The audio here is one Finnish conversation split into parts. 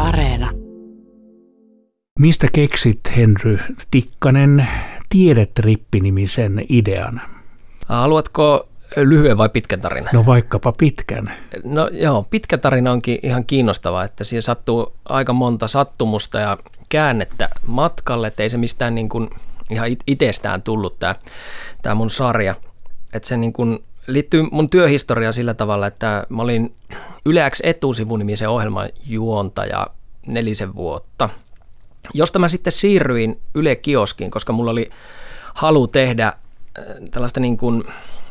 Areena. Mistä keksit, Henry Tikkanen, Tiedetrippi-nimisen idean? Haluatko lyhyen vai pitkän tarinan? No vaikkapa pitkän. No joo, pitkä tarina onkin ihan kiinnostava, että siinä sattuu aika monta sattumusta ja käännettä matkalle, että ei se mistään niin kuin ihan itsestään tullut tämä mun sarja. Että se niin kuin liittyy mun työhistoriaan sillä tavalla, että mä olin Yle X etusivunimisen ohjelman juontaja 4 vuotta, josta mä sitten siirryin Yle Kioskiin, koska mulla oli halu tehdä tällaista niin kuin,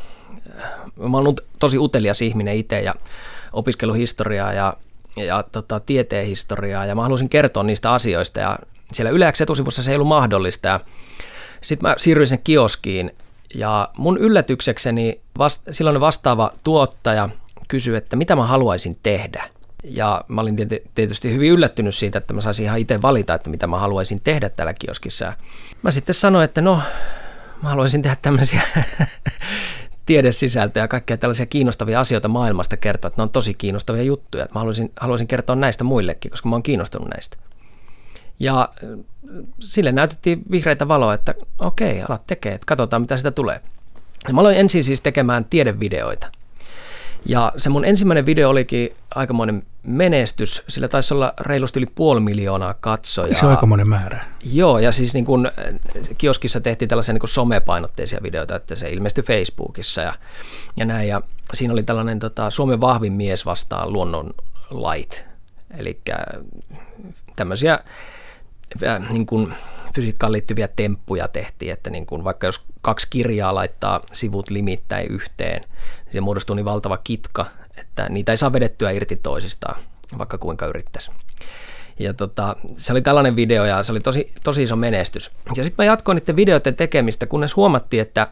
mä oon tosi utelias ihminen itse ja opiskellut historiaa ja tieteen historiaa ja mä halusin kertoa niistä asioista ja siellä Yle X etusivussa se ei ollut mahdollista. Sitten mä siirryin sen Kioskiin ja mun yllätyksekseni silloin vastaava tuottaja kysyi, että mitä mä haluaisin tehdä. Ja mä olin tietysti hyvin yllättynyt siitä, että mä saisin ihan itse valita, että mitä mä haluaisin tehdä täällä kioskissa. Mä sitten sanoin, että no, mä haluaisin tehdä tämmöisiä tiedesisältöjä ja kaikkea tällaisia kiinnostavia asioita maailmasta kertoa, että ne on tosi kiinnostavia juttuja. Että mä haluaisin kertoa näistä muillekin, koska mä oon kiinnostunut näistä. Ja sille näytettiin vihreitä valoa, että okei, ala tekee, että katsotaan mitä sitä tulee. Ja mä aloin ensin siis tekemään tiedevideoita. Ja se mun ensimmäinen video olikin aikamoinen menestys, sillä taisi olla reilusti yli 500 000 katsojaa. Se on aikamoinen määrä. Joo, ja siis niin kun kioskissa tehtiin tällaisia niin kun somepainotteisia videoita, että se ilmestyi Facebookissa ja näin. Ja siinä oli tällainen Suomen vahvin mies vastaan luonnonlait, eli tämmöisiä niin kun fysiikkaan liittyviä temppuja tehtiin, että niin kun vaikka jos 2 kirjaa laittaa sivut limittäin yhteen, niin se muodostuu niin valtava kitka, että niitä ei saa vedettyä irti toisistaan, vaikka kuinka yrittäisi. Ja se oli tällainen video ja se oli tosi iso menestys. Ja sitten mä jatkoin niiden videoiden tekemistä, kunnes huomattiin, että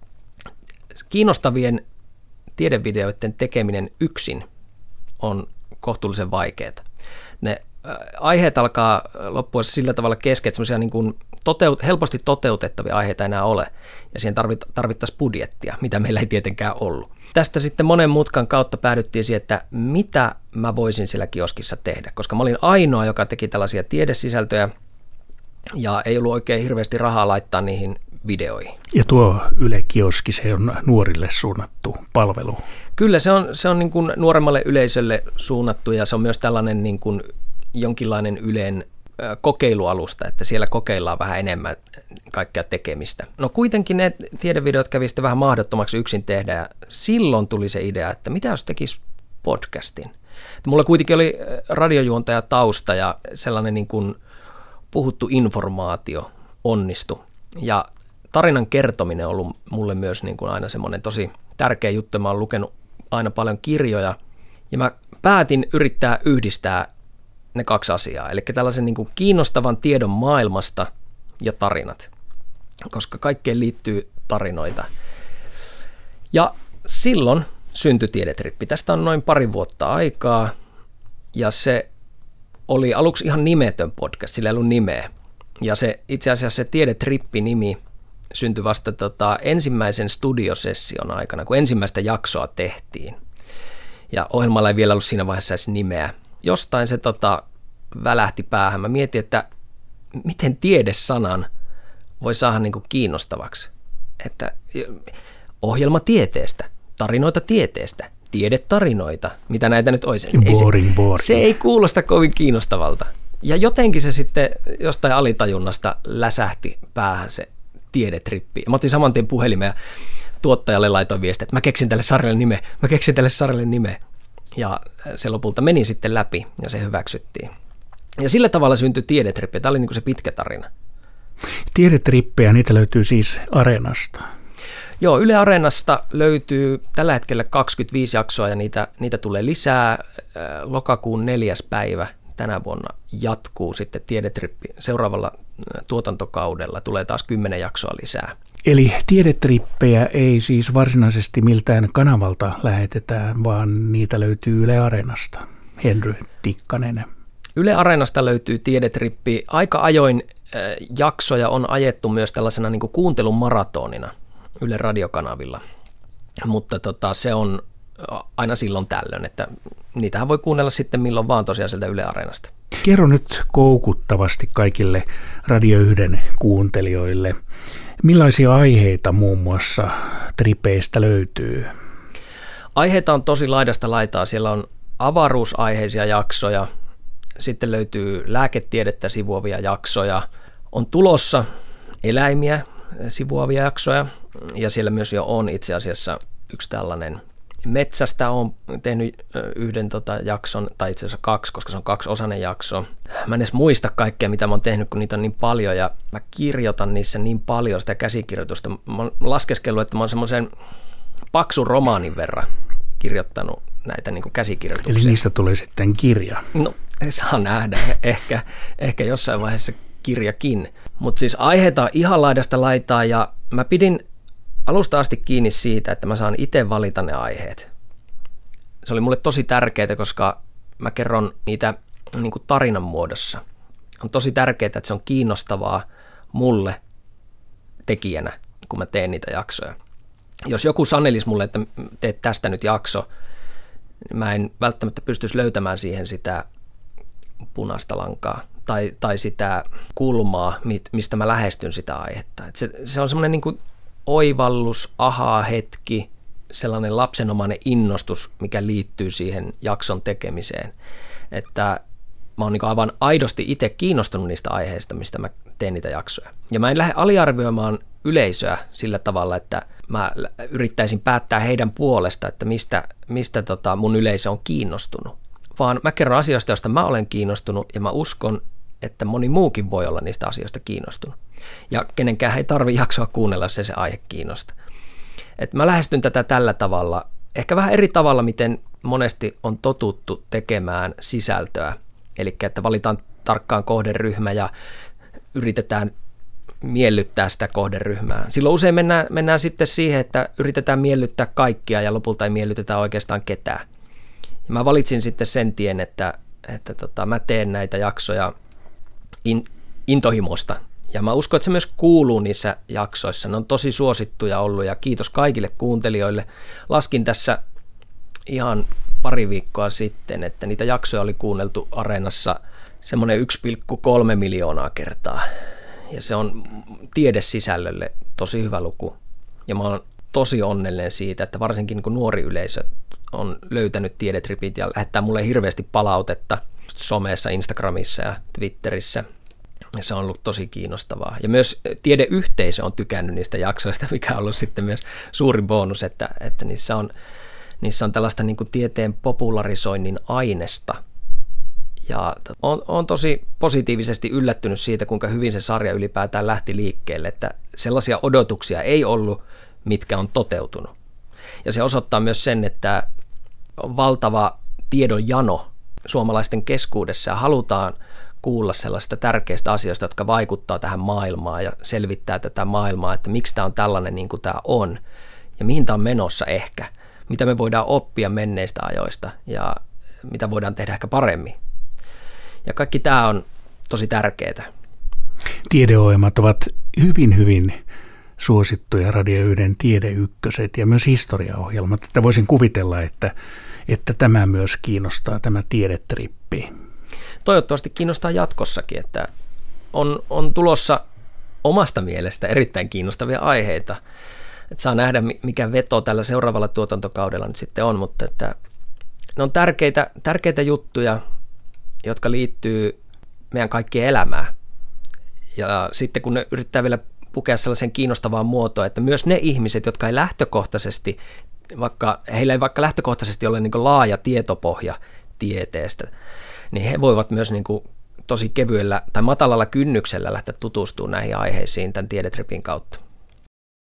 kiinnostavien tiedevideoiden tekeminen yksin on kohtuullisen vaikeaa. Ne aiheet alkaa loppua sillä tavalla kesken, että semmoisia niin kuin helposti toteutettavia aiheita ei enää ole, ja siihen tarvittaisiin budjettia, mitä meillä ei tietenkään ollut. Tästä sitten monen mutkan kautta päädyttiin siihen, että mitä mä voisin siellä kioskissa tehdä, koska mä olin ainoa, joka teki tällaisia tiedesisältöjä, ja ei ollut oikein hirveästi rahaa laittaa niihin videoihin. Ja tuo Yle Kioski, se on nuorille suunnattu palvelu. Kyllä, se on niin kuin nuoremmalle yleisölle suunnattu, ja se on myös tällainen niin kuin jonkinlainen Ylen kokeilualusta, että siellä kokeillaan vähän enemmän kaikkea tekemistä. No kuitenkin ne tiedevideot kävi sitten vähän mahdottomaksi yksin tehdä, ja silloin tuli se idea, että mitä jos tekisi podcastin. Mulla kuitenkin oli radiojuontaja tausta ja sellainen niin kuin puhuttu informaatio onnistui, ja tarinan kertominen on ollut mulle myös niin kuin aina semmoinen tosi tärkeä juttu. Mä oon lukenut aina paljon kirjoja, ja mä päätin yrittää yhdistää ne 2 asiaa, eli tällaisen niin kuin kiinnostavan tiedon maailmasta ja tarinat, koska kaikkeen liittyy tarinoita. Ja silloin syntyi Tiedetrippi. Tästä on noin 2 vuotta aikaa, ja se oli aluksi ihan nimetön podcast, sillä ei ollut nimeä. Ja se itse asiassa se Tiedetrippi-nimi syntyi vasta ensimmäisen studiosession aikana, kun ensimmäistä jaksoa tehtiin. Ja ohjelmalla ei vielä ollut siinä vaiheessa edes nimeä. Jostain se välähti päähän. Mä mietin, että miten tiedesanan voi saada niin kuin kiinnostavaksi. Että ohjelma tieteestä, tarinoita tieteestä, tiedetarinoita, mitä näitä nyt olisi. Boring. Se ei kuulosta kovin kiinnostavalta. Ja jotenkin se sitten jostain alitajunnasta läsähti päähän se Tiedetrippi. Mä otin saman tien puhelimeen ja tuottajalle laitoin viestiä, että mä keksin tälle sarjalle nimeä. Ja se lopulta meni sitten läpi ja se hyväksyttiin. Ja sillä tavalla syntyi Tiedetrippi. Tämä oli niin kuin se pitkä tarina. Tiedetrippejä, niitä löytyy siis Areenasta. Joo, Yle Areenasta löytyy tällä hetkellä 25 jaksoa ja niitä tulee lisää. Lokakuun 4. päivä tänä vuonna jatkuu sitten Tiedetrippi. Seuraavalla tuotantokaudella tulee taas 10 jaksoa lisää. Eli tiedetrippejä ei siis varsinaisesti miltään kanavalta lähetetä, vaan niitä löytyy Yle Areenasta. Henry Tikkanen. Yle Areenasta löytyy Tiedetrippi. Aika ajoin jaksoja on ajettu myös tällaisena niin kuin kuuntelun maratonina Yle radiokanavilla, mutta se on aina silloin tällöin, että niitähän voi kuunnella sitten milloin vaan tosiaan sieltä Yle Areenasta. Kerro nyt koukuttavasti kaikille Radio 1 kuuntelijoille, millaisia aiheita muun muassa tripeistä löytyy? Aiheita on tosi laidasta laitaa. Siellä on avaruusaiheisia jaksoja, sitten löytyy lääketiedettä sivuavia jaksoja, on tulossa eläimiä sivuavia jaksoja, ja siellä myös jo on itse asiassa yksi tällainen metsästä. Olen tehnyt yhden jakson, tai itse asiassa 2, koska se on 2-osainen jakso. Mä en edes muista kaikkea, mitä mä oon tehnyt, kun niitä on niin paljon, ja mä kirjoitan niissä niin paljon sitä käsikirjoitusta. Mä oon laskeskellut, että mä oon semmoisen paksun romaanin verran kirjoittanut näitä niin kuin käsikirjoituksia. Eli niistä tulee sitten kirja. No, saa nähdä. Ehkä jossain vaiheessa kirjakin. Mutta siis aiheita on ihan laidasta laitaa, ja mä pidin alusta asti kiinni siitä, että mä saan itse valita ne aiheet. Se oli mulle tosi tärkeää, koska mä kerron niitä niin kuin tarinan muodossa. On tosi tärkeää, että se on kiinnostavaa mulle tekijänä, kun mä teen niitä jaksoja. Jos joku sanelisi mulle, että teet tästä nyt jakso, niin mä en välttämättä pystyisi löytämään siihen sitä punaista lankaa tai sitä kulmaa, mistä mä lähestyn sitä aihetta. Et se on semmoinen niin kuin oivallus, ahaa-hetki, sellainen lapsenomainen innostus, mikä liittyy siihen jakson tekemiseen. Että mä oon niin aivan aidosti itse kiinnostunut niistä aiheista, mistä mä teen niitä jaksoja. Ja mä en lähde aliarvioimaan yleisöä sillä tavalla, että mä yrittäisin päättää heidän puolesta, että mistä mun yleisö on kiinnostunut. Vaan mä kerron asioista, joista mä olen kiinnostunut, ja mä uskon, että moni muukin voi olla niistä asioista kiinnostunut. Ja kenenkään ei tarvitse jaksoa kuunnella, jos se aihe kiinnostaa. Et mä lähestyn tätä tällä tavalla, ehkä vähän eri tavalla, miten monesti on totuttu tekemään sisältöä. Eli että valitaan tarkkaan kohderyhmä ja yritetään miellyttää sitä kohderyhmää. Silloin usein mennään sitten siihen, että yritetään miellyttää kaikkia ja lopulta ei miellytetä oikeastaan ketään. Ja mä valitsin sitten sen tien, että mä teen näitä jaksoja intohimosta. Ja mä uskon, että se myös kuuluu niissä jaksoissa. Ne on tosi suosittuja ollut, ja kiitos kaikille kuuntelijoille. Laskin tässä ihan pari viikkoa sitten, että niitä jaksoja oli kuunneltu Areenassa semmoinen 1,3 miljoonaa kertaa. Ja se on tiedesisällölle tosi hyvä luku. Ja mä oon tosi onnellinen siitä, että varsinkin niin kuin nuori yleisö on löytänyt tiedetripit ja lähettää mulle hirveästi palautetta somessa, Instagramissa ja Twitterissä. Ja se on ollut tosi kiinnostavaa. Ja myös tiedeyhteisö on tykännyt niistä jaksoista, mikä on ollut sitten myös suuri bonus, että niissä on tällaista niin kuin tieteen popularisoinnin ainesta. Ja on tosi positiivisesti yllättynyt siitä, kuinka hyvin se sarja ylipäätään lähti liikkeelle, että sellaisia odotuksia ei ollut, mitkä on toteutunut. Ja se osoittaa myös sen, että on valtava tiedon jano suomalaisten keskuudessa ja halutaan kuulla sellaisista tärkeistä asioista, jotka vaikuttaa tähän maailmaan ja selvittää tätä maailmaa, että miksi tämä on tällainen niin kuin tämä on ja mihin tämä on menossa ehkä, mitä me voidaan oppia menneistä ajoista ja mitä voidaan tehdä ehkä paremmin. Ja kaikki tämä on tosi tärkeää. Tiedeohjelmat ovat hyvin suosittuja Radio 1 Tiedeykköset ja myös historiaohjelmat. Että voisin kuvitella, että tämä myös kiinnostaa, tämä tiedetrippi. Toivottavasti kiinnostaa jatkossakin, että on tulossa omasta mielestä erittäin kiinnostavia aiheita. Että saa nähdä, mikä veto tällä seuraavalla tuotantokaudella nyt sitten on, mutta että ne on tärkeitä juttuja, jotka liittyy meidän kaikkien elämään. Ja sitten kun ne yrittää vielä pukea sellaisen kiinnostavaan muotoon, että myös ne ihmiset, jotka ei lähtökohtaisesti, heillä ei vaikka lähtökohtaisesti ole niin kuin laaja tietopohja tieteestä, niin he voivat myös niin kuin tosi kevyellä tai matalalla kynnyksellä lähteä tutustumaan näihin aiheisiin tämän tiedetripin kautta.